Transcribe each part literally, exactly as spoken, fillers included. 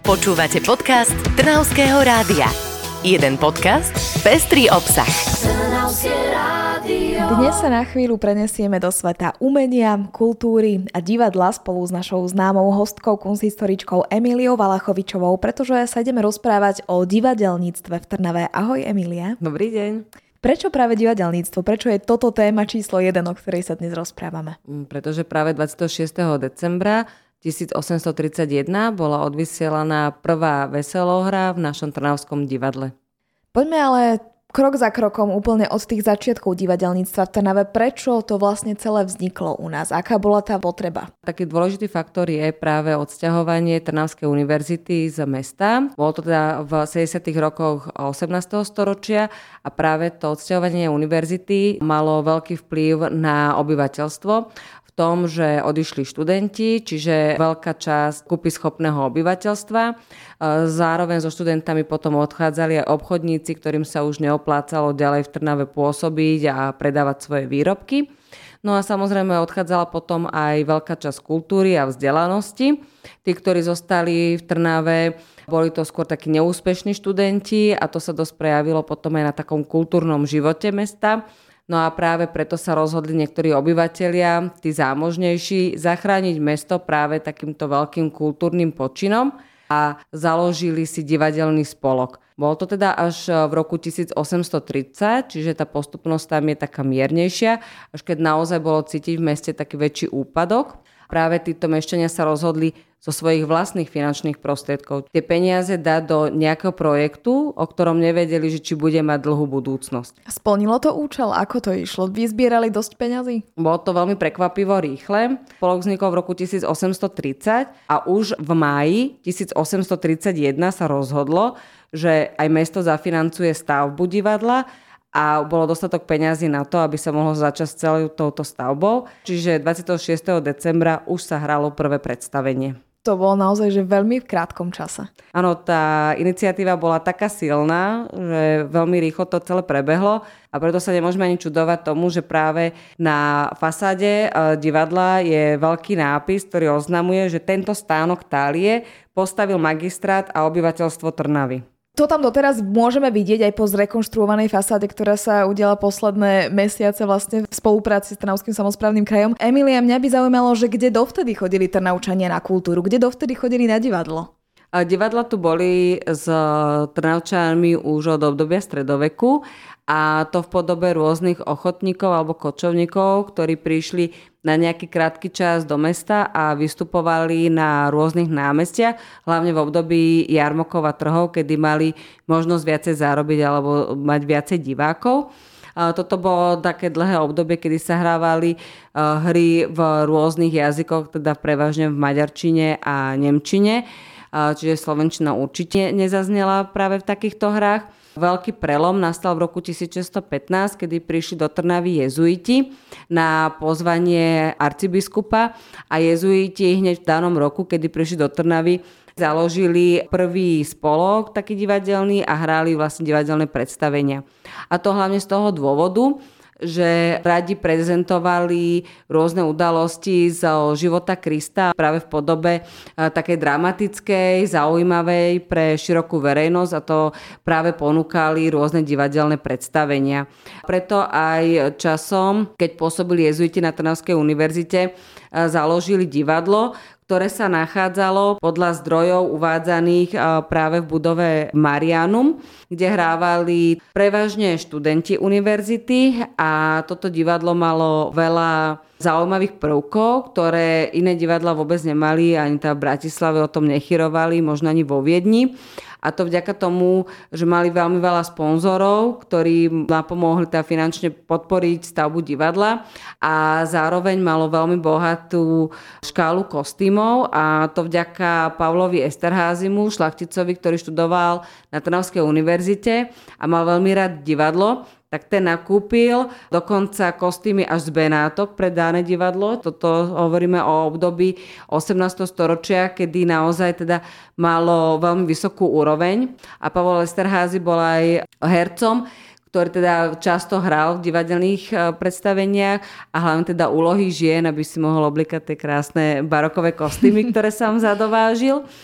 Počúvate podcast Trnavského rádia. Jeden podcast, pestrý obsah. Dnes sa na chvíľu prenesieme do sveta umenia, kultúry a divadla spolu s našou známou hostkou, kunsthistoričkou Emíliou Valachovičovou, pretože sa ideme rozprávať o divadelníctve v Trnave. Ahoj, Emília. Dobrý deň. Prečo práve divadelníctvo? Prečo je toto téma číslo jeden, o ktorej sa dnes rozprávame? Pretože práve dvadsiateho šiesteho decembra tisícosemstotridsaťjeden bola odvysielaná prvá veselohra v našom trnavskom divadle. Poďme ale krok za krokom úplne od tých začiatkov divadelníctva v Trnave. Prečo to vlastne celé vzniklo u nás? Aká bola tá potreba? Taký dôležitý faktor je práve odsťahovanie Trnavskej univerzity z mesta. Bolo to teda v sedemdesiatych rokoch osemnásteho storočia a práve to odsťahovanie univerzity malo veľký vplyv na obyvateľstvo. V tom, že odišli študenti, čiže veľká časť kúpyschopného obyvateľstva. Zároveň so študentami potom odchádzali aj obchodníci, ktorým sa už neoplácalo ďalej v Trnave pôsobiť a predávať svoje výrobky. No a samozrejme odchádzala potom aj veľká časť kultúry a vzdelanosti. Tí, ktorí zostali v Trnave, boli to skôr takí neúspešní študenti a to sa dosť prejavilo potom aj na takom kultúrnom živote mesta. No a práve preto sa rozhodli niektorí obyvatelia, tí zámožnejší, zachrániť mesto práve takýmto veľkým kultúrnym počinom a založili si divadelný spolok. Bolo to teda až v roku tisícosemstotridsať, čiže tá postupnosť tam je taká miernejšia, až keď naozaj bolo cítiť v meste taký väčší úpadok. Práve títo mešťania sa rozhodli zo svojich vlastných finančných prostriedkov tie peniaze dať do nejakého projektu, o ktorom nevedeli, že či bude mať dlhú budúcnosť. Splnilo to účel? Ako to išlo? Vyzbierali dosť peňazí? Bolo to veľmi prekvapivo rýchle. Spolok vznikol v roku tisícosemstotridsať a už v máji tisícosemstotridsaťjeden sa rozhodlo, že aj mesto zafinancuje stavbu divadla a bolo dostatok peňazí na to, aby sa mohlo začať s celou touto stavbou. Čiže dvadsiateho šiesteho decembra už sa hralo prvé predstavenie. To bolo naozaj že veľmi v krátkom čase. Áno, tá iniciatíva bola taká silná, že veľmi rýchlo to celé prebehlo a preto sa nemôžeme ani čudovať tomu, že práve na fasáde divadla je veľký nápis, ktorý oznamuje, že tento stánok tálie postavil magistrát a obyvateľstvo Trnavy. To tam doteraz môžeme vidieť aj po zrekonštruovanej fasáde, ktorá sa udiala posledné mesiace vlastne v spolupráci s Trnavským samosprávnym krajom. Emília, mňa by zaujímalo, že kde dovtedy chodili Trnavčania na kultúru, kde dovtedy chodili na divadlo? Divadla tu boli s Trnavčanmi už od obdobia stredoveku a to v podobe rôznych ochotníkov alebo kočovníkov, ktorí prišli na nejaký krátky čas do mesta a vystupovali na rôznych námestiach, hlavne v období jarmokov a trhov, kedy mali možnosť viacej zarobiť alebo mať viacej divákov. Toto bolo také dlhé obdobie, kedy sa hrávali hry v rôznych jazykoch, teda prevažne v maďarčine a nemčine. Čiže slovenčina určite nezaznela práve v takýchto hrách. Veľký prelom nastal v roku tisícšesťstopätnásť, kedy prišli do Trnavy jezuiti na pozvanie arcibiskupa a jezuiti hneď v danom roku, kedy prišli do Trnavy, založili prvý spolok taký divadelný a hrali vlastne divadelné predstavenia. A to hlavne z toho dôvodu, že radi prezentovali rôzne udalosti zo života Krista práve v podobe takej dramatickej, zaujímavej pre širokú verejnosť a to práve ponúkali rôzne divadelné predstavenia. Preto aj časom, keď pôsobili jezuiti na Trnavskej univerzite, založili divadlo, ktoré sa nachádzalo podľa zdrojov uvádzaných práve v budove Marianum, kde hrávali prevažne študenti univerzity a toto divadlo malo veľa zaujímavých prvkov, ktoré iné divadla vôbec nemali, ani tá v Bratislave o tom nechyrovali, možno ani vo Viedni. A to vďaka tomu, že mali veľmi veľa sponzorov, ktorí napomohli tá finančne podporiť stavbu divadla a zároveň malo veľmi bohatú škálu kostýmov a to vďaka Pavlovi Esterházymu, šlachticovi, ktorý študoval na Trnavskej univerzite a mal veľmi rád divadlo. Tak ten nakúpil dokonca kostýmy až z Benátok pre dané divadlo. Toto hovoríme o období osemnásteho storočia, kedy naozaj teda malo veľmi vysokú úroveň. A Pavol Esterházy bol aj hercom, ktorý teda často hral v divadelných predstaveniach a hlavne teda úlohy žien, aby si mohol oblikať tie krásne barokové kostýmy, ktoré sám zadovážil.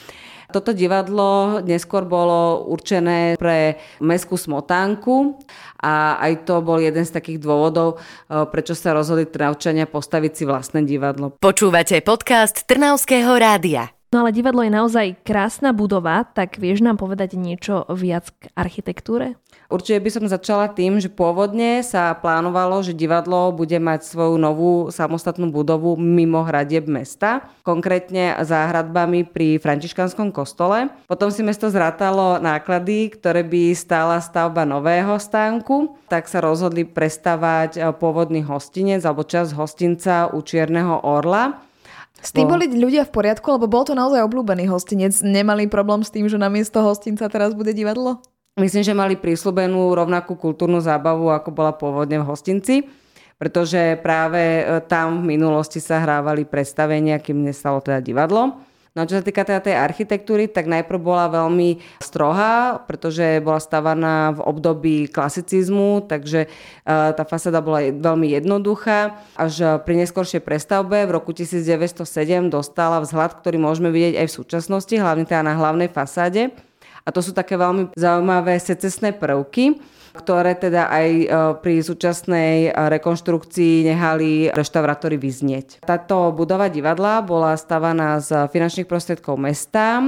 Toto divadlo neskôr bolo určené pre mestskú smotánku a aj to bol jeden z takých dôvodov, prečo sa rozhodli Trnavčania postaviť si vlastné divadlo. Počúvate podcast Trnavského rádia. No ale divadlo je naozaj krásna budova, tak vieš nám povedať niečo viac k architektúre? Určite by som začala tým, že pôvodne sa plánovalo, že divadlo bude mať svoju novú samostatnú budovu mimo hradieb mesta, konkrétne za hradbami pri Františkanskom kostole. Potom si mesto zrátalo náklady, ktoré by stála stavba nového stánku, tak sa rozhodli prestavať pôvodný hostinec alebo časť hostinca u Čierneho orla. S tým boli ľudia v poriadku, lebo bol to naozaj obľúbený hostinec. Nemali problém s tým, že namiesto hostinca teraz bude divadlo? Myslím, že mali prísľubenú rovnakú kultúrnu zábavu, ako bola pôvodne v hostinci, pretože práve tam v minulosti sa hrávali predstavenia, kým nestalo teda divadlo. No čo sa týka teda tej architektúry, tak najprv bola veľmi strohá, pretože bola stavaná v období klasicizmu, takže tá fasáda bola veľmi jednoduchá. Až pri neskoršej prestavbe v roku devätnásťstosedem dostala vzhľad, ktorý môžeme vidieť aj v súčasnosti, hlavne teda na hlavnej fasáde. A to sú také veľmi zaujímavé secesné prvky, ktoré teda aj pri súčasnej rekonštrukcii nehali reštaurátori vyznieť. Táto budova divadla bola stavaná z finančných prostriedkov mesta,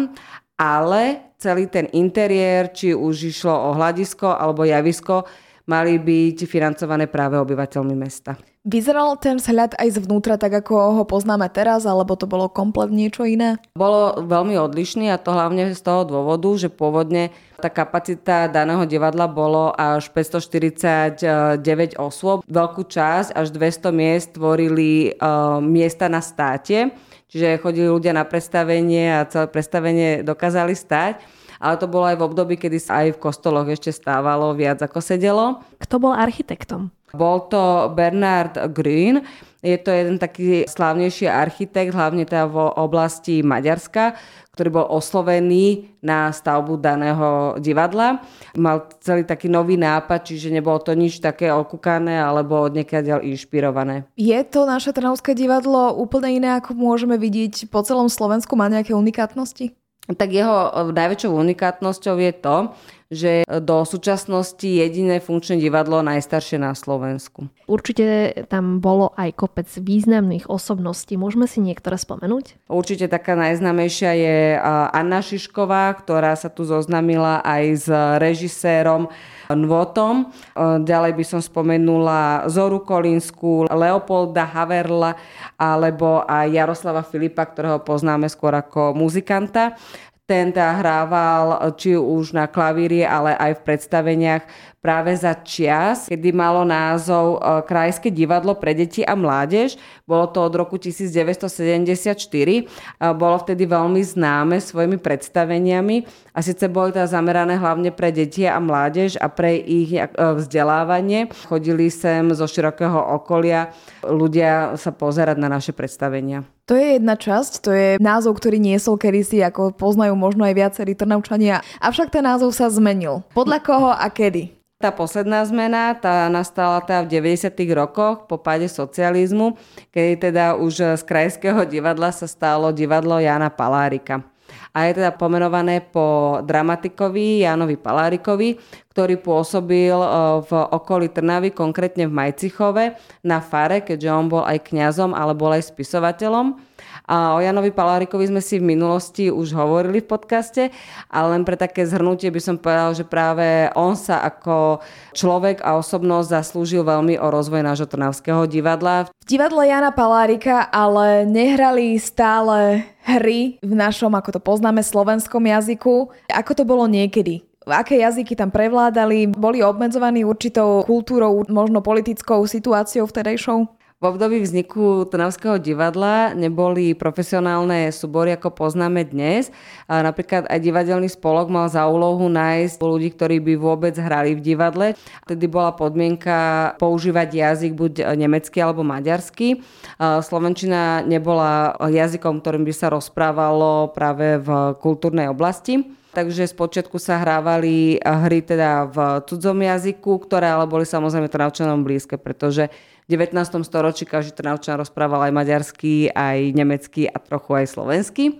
ale celý ten interiér, či už išlo o hľadisko alebo javisko, mali byť financované práve obyvateľmi mesta. Vyzeral ten vzhľad aj zvnútra tak, ako ho poznáme teraz, alebo to bolo komplet niečo iné? Bolo veľmi odlišný a to hlavne z toho dôvodu, že pôvodne tá kapacita daného divadla bolo až päťstoštyridsaťdeväť osôb. Veľkú časť, až dvesto miest tvorili uh, miesta na státe, čiže chodili ľudia na predstavenie a celé predstavenie dokázali stáť. Ale to bolo aj v období, kedy sa aj v kostoloch ešte stávalo viac ako sedelo. Kto bol architektom? Bol to Bernard Grün. Je to jeden taký slávnejší architekt, hlavne teda v oblasti Maďarska, ktorý bol oslovený na stavbu daného divadla. Mal celý taký nový nápad, čiže nebolo to nič také okúkané alebo odniekiaľ inšpirované. Je to naše Trnavské divadlo úplne iné, ako môžeme vidieť po celom Slovensku? Má nejaké unikátnosti? Tak jeho najväčšou unikátnosťou je to, že do súčasnosti jediné funkčné divadlo najstaršie na Slovensku. Určite tam bolo aj kopec významných osobností. Môžeme si niektoré spomenúť? Určite taká najznámejšia je Anna Šišková, ktorá sa tu zoznamila aj s režisérom Nvotom. Ďalej by som spomenula Zoru Kolínsku, Leopolda Haverla alebo aj Jaroslava Filipa, ktorého poznáme skôr ako muzikanta. Ten teda hrával či už na klavíri, ale aj v predstaveniach práve za čias, kedy malo názov Krajské divadlo pre deti a mládež. Bolo to od roku devätnásťstosedemdesiatštyri. Bolo vtedy veľmi známe svojimi predstaveniami a síce boli teda zamerané hlavne pre deti a mládež a pre ich vzdelávanie. Chodili sem zo širokého okolia ľudia sa pozerať na naše predstavenia. To je jedna časť, to je názov, ktorý niesol kedysi, ako poznajú možno aj viacerí Trnavčania. Avšak ten názov sa zmenil. Podľa koho a kedy? Tá posledná zmena, tá nastala teda v deväťdesiatych rokoch po páde socializmu, kedy teda už z Krajského divadla sa stalo divadlo Jána Palárika. A je teda pomenované po dramatikovi Jánovi Palárikovi, ktorý pôsobil v okolí Trnavy, konkrétne v Majcichove, na fare, keďže on bol aj kňazom, ale bol aj spisovateľom. A o Jánovi Palárikovi sme si v minulosti už hovorili v podcaste, ale len pre také zhrnutie by som povedal, že práve on sa ako človek a osobnosť zaslúžil veľmi o rozvoj nášho trnavského divadla. V divadle Jána Palárika ale nehrali stále hry v našom, ako to poznáme, slovenskom jazyku. Ako to bolo niekedy? Aké jazyky tam prevládali? Boli obmedzovaní určitou kultúrou, možno politickou situáciou vtedajšou? V období vzniku Trnavského divadla neboli profesionálne súbory, ako poznáme dnes. A napríklad aj divadelný spolok mal za úlohu nájsť ľudí, ktorí by vôbec hrali v divadle. Vtedy bola podmienka používať jazyk buď nemecký alebo maďarský. Slovenčina nebola jazykom, ktorým by sa rozprávalo práve v kultúrnej oblasti. Takže spočiatku sa hrávali hry teda v cudzom jazyku, ktoré ale boli samozrejme Trnavčanom blízke, pretože v devätnástom storočí každý Trnavčan rozprával aj maďarsky, aj nemecký a trochu aj slovensky.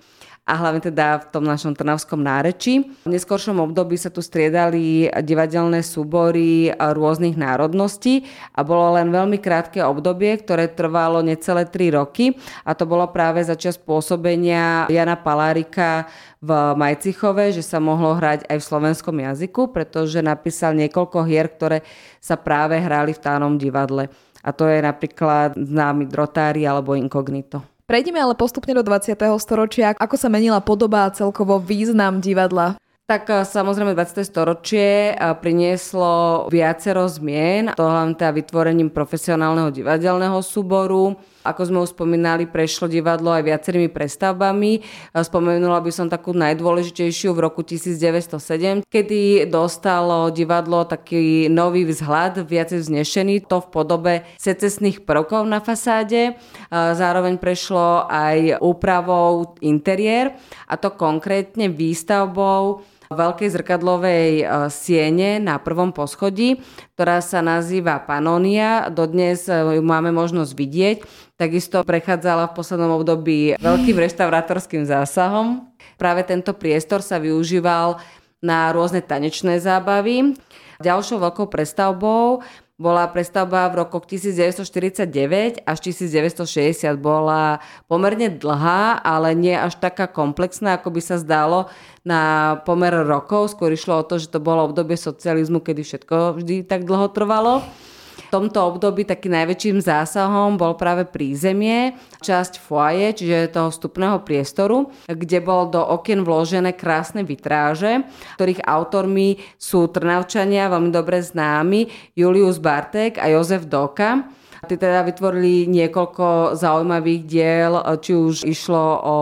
a hlavne teda v tom našom trnavskom nárečí. V neskoršom období sa tu striedali divadelné súbory rôznych národností a bolo len veľmi krátke obdobie, ktoré trvalo necelé tri roky a to bolo práve za čas pôsobenia Jana Palárika v Majcichove, že sa mohlo hrať aj v slovenskom jazyku, pretože napísal niekoľko hier, ktoré sa práve hrali v Tánom divadle. A to je napríklad známy Drotári alebo Inkognito. Prejdeme ale postupne do dvadsiateho storočia. Ako sa menila podoba a celkovo význam divadla? Tak samozrejme dvadsiate storočie prinieslo viacero zmien, to hlavne teda vytvorením profesionálneho divadelného súboru. Ako sme už spomínali, prešlo divadlo aj viacerými prestavbami. Spomenula by som takú najdôležitejšiu v roku devätnásťstosedem, kedy dostalo divadlo taký nový vzhľad, viacej vznešený, to v podobe secesných prvkov na fasáde. Zároveň prešlo aj úpravou interiér, a to konkrétne výstavbou veľkej zrkadlovej siene na prvom poschodí, ktorá sa nazýva Panónia. Dodnes ju máme možnosť vidieť. Takisto prechádzala v poslednom období veľkým reštaurátorským zásahom. Práve tento priestor sa využíval na rôzne tanečné zábavy. Ďalšou veľkou prestavbou bola prestavba v rokoch devätnásťstoštyridsaťdeväť až devätnásťstošesťdesiat. Bola pomerne dlhá, ale nie až taká komplexná, ako by sa zdalo na pomer rokov. Skôr išlo o to, že to bolo obdobie socializmu, kedy všetko vždy tak dlho trvalo. V tomto období takým najväčším zásahom bol práve prízemie, časť foaje, čiže toho vstupného priestoru, kde bol do okien vložené krásne vitráže, ktorých autormi sú Trnavčania, veľmi dobre známi, Julius Bartek a Jozef Doka. Tí teda vytvorili niekoľko zaujímavých diel, či už išlo o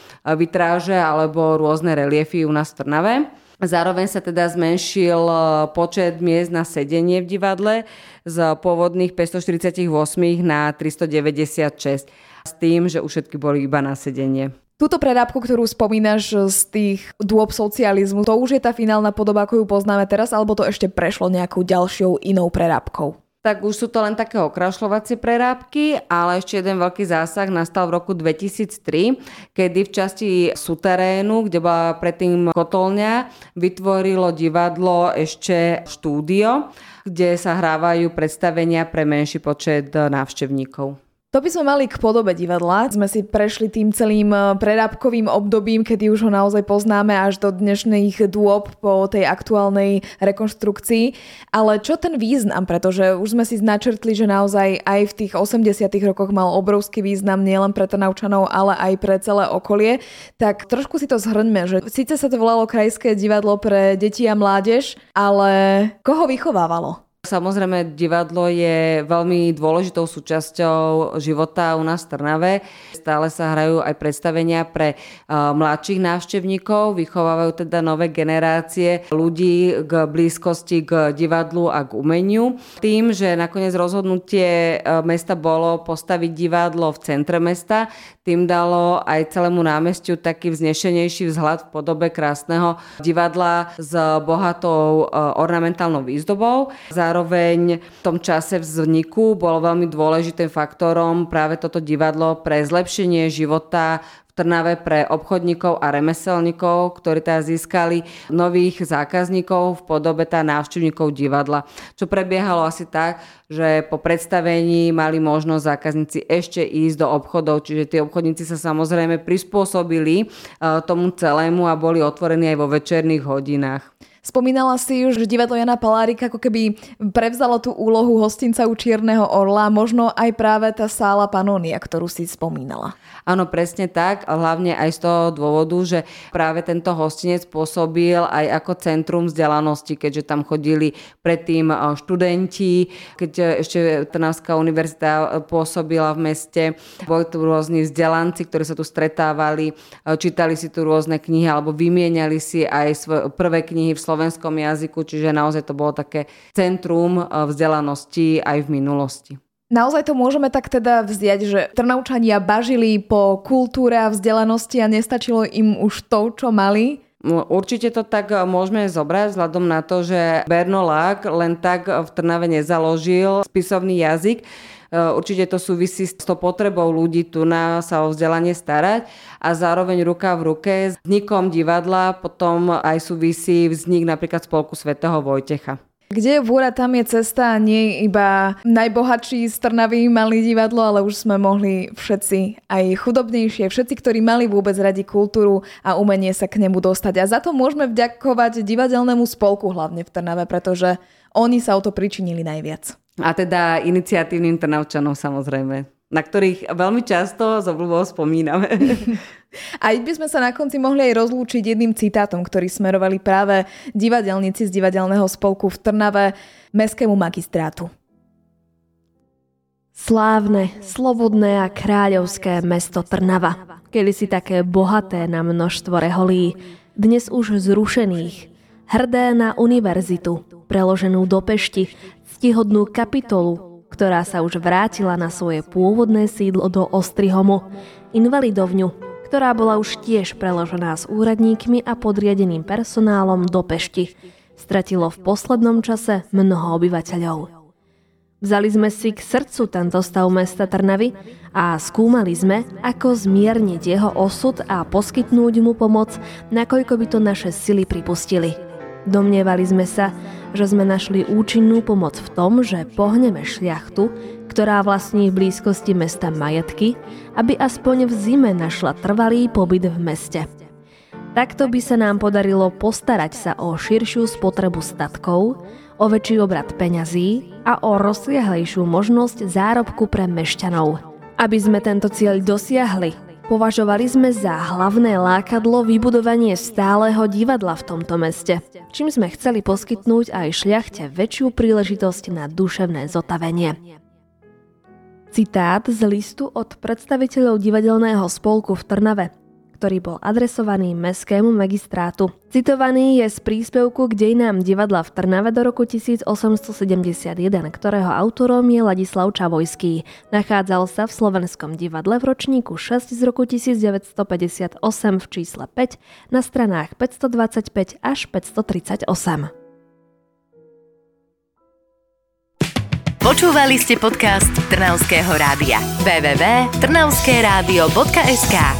vitráže alebo rôzne reliefy u nás v Trnave. Zároveň sa teda zmenšil počet miest na sedenie v divadle z pôvodných päťstoštyridsaťosem na tristodeväťdesiatšesť s tým, že už všetky boli iba na sedenie. Túto prerábku, ktorú spomínaš z tých dôb socializmu, to už je tá finálna podoba, ako ju poznáme teraz, alebo to ešte prešlo nejakou ďalšou inou prerábkou? Tak už sú to len také okrašľovacie prerábky, ale ešte jeden veľký zásah nastal v roku dvetisíctri, kedy v časti suterénu, kde bola predtým kotolňa, vytvorilo divadlo ešte štúdio, kde sa hrávajú predstavenia pre menší počet návštevníkov. To by sme mali k podobe divadla. Sme si prešli tým celým prerábkovým obdobím, kedy už ho naozaj poznáme až do dnešných dôb po tej aktuálnej rekonštrukcii. Ale čo ten význam? Pretože už sme si načrtli, že naozaj aj v tých osemdesiatych rokoch mal obrovský význam nielen pre Trnavčanov, ale aj pre celé okolie. Tak trošku si to zhrňme, že síce sa to volalo Krajské divadlo pre deti a mládež, ale koho vychovávalo? Samozrejme, divadlo je veľmi dôležitou súčasťou života u nás v Trnave. Stále sa hrajú aj predstavenia pre uh, mladších návštevníkov, vychovávajú teda nové generácie ľudí k blízkosti k divadlu a k umeniu. Tým, že nakoniec rozhodnutie uh, mesta bolo postaviť divadlo v centre mesta, tým dalo aj celému námestiu taký vznešenejší vzhľad v podobe krásneho divadla s bohatou uh, ornamentálnou výzdobou. Zároveň v tom čase vzniku bolo veľmi dôležitým faktorom práve toto divadlo pre zlepšenie života v Trnave pre obchodníkov a remeselníkov, ktorí teda získali nových zákazníkov v podobe tá návštevníkov divadla. Čo prebiehalo asi tak, že po predstavení mali možnosť zákazníci ešte ísť do obchodov, čiže tí obchodníci sa samozrejme prispôsobili tomu celému a boli otvorení aj vo večerných hodinách. Spomínala si už, že divadlo Jana Palárika ako keby prevzalo tú úlohu hostinca u Čierneho orla, možno aj práve tá sála Panónia, ktorú si spomínala. Áno, presne tak, hlavne aj z toho dôvodu, že práve tento hostinec pôsobil aj ako centrum vzdelanosti, keďže tam chodili predtým študenti, keď ešte Trnavská univerzita pôsobila v meste, boli tu rôzni vzdelanci, ktorí sa tu stretávali, čítali si tu rôzne knihy alebo vymieniali si aj svoje prvé knihy v slovenskom jazyku, čiže naozaj to bolo také centrum vzdelanosti aj v minulosti. Naozaj to môžeme tak teda vziať, že Trnavčania bažili po kultúre a vzdelanosti a nestačilo im už to, čo mali? Určite to tak môžeme zobrať vzhľadom na to, že Bernolák len tak v Trnave nezaložil spisovný jazyk. Určite to súvisí s tou potrebou ľudí tu na sa o vzdelanie starať a zároveň ruka v ruke s vznikom divadla potom aj súvisí vznik napríklad spolku svätého Vojtecha. Kde je vôra, tam je cesta, nie iba najbohatší z Trnavy mali divadlo, ale už sme mohli všetci, aj chudobnejšie, všetci, ktorí mali vôbec radi kultúru a umenie sa k nemu dostať. A za to môžeme vďakovať divadelnému spolku hlavne v Trnave, pretože oni sa o to pričinili najviac. A teda iniciatívnym Trnavčanom samozrejme, na ktorých veľmi často z obľubou spomíname. Aj by sme sa na konci mohli aj rozlúčiť jedným citátom, ktorý smerovali práve divadelníci z divadelného spolku v Trnave mestskému magistrátu. Slávne, slobodné a kráľovské mesto Trnava, kedysi také bohaté na množstvo reholí, dnes už zrušených, hrdé na univerzitu, preloženú do Pešti, ctihodnú kapitolu, ktorá sa už vrátila na svoje pôvodné sídlo do Ostrihomu, invalidovňu, ktorá bola už tiež preložená s úradníkmi a podriadeným personálom do Pešti. Stratilo v poslednom čase mnoho obyvateľov. Vzali sme si k srdcu tento stav mesta Trnavy a skúmali sme, ako zmierniť jeho osud a poskytnúť mu pomoc, nakoľko by to naše sily pripustili. Domnievali sme sa, že sme našli účinnú pomoc v tom, že pohneme šľachtu, ktorá vlastní v blízkosti mesta majetky, aby aspoň v zime našla trvalý pobyt v meste. Takto by sa nám podarilo postarať sa o širšiu spotrebu statkov, o väčší obrad peňazí a o rozsiahlejšiu možnosť zárobku pre mešťanov. Aby sme tento cieľ dosiahli, považovali sme za hlavné lákadlo vybudovanie stáleho divadla v tomto meste, čím sme chceli poskytnúť aj šľachte väčšiu príležitosť na duševné zotavenie. Citát z listu od predstaviteľov divadelného spolku v Trnave, ktorý bol adresovaný mestskému magistrátu. Citovaný je z príspevku k dejinám divadla v Trnave do roku tisícosemstosedemdesiatjeden, ktorého autorom je Ladislav Čavojský. Nachádzal sa v Slovenskom divadle v ročníku šesť z roku tisícdeväťstopäťdesiatosem v čísle päť na stranách päťstodvadsaťpäť až päťstotridsaťosem. Počúvali ste podcast Trnavského rádia. w w w bodka trnavskeradio bodka es ká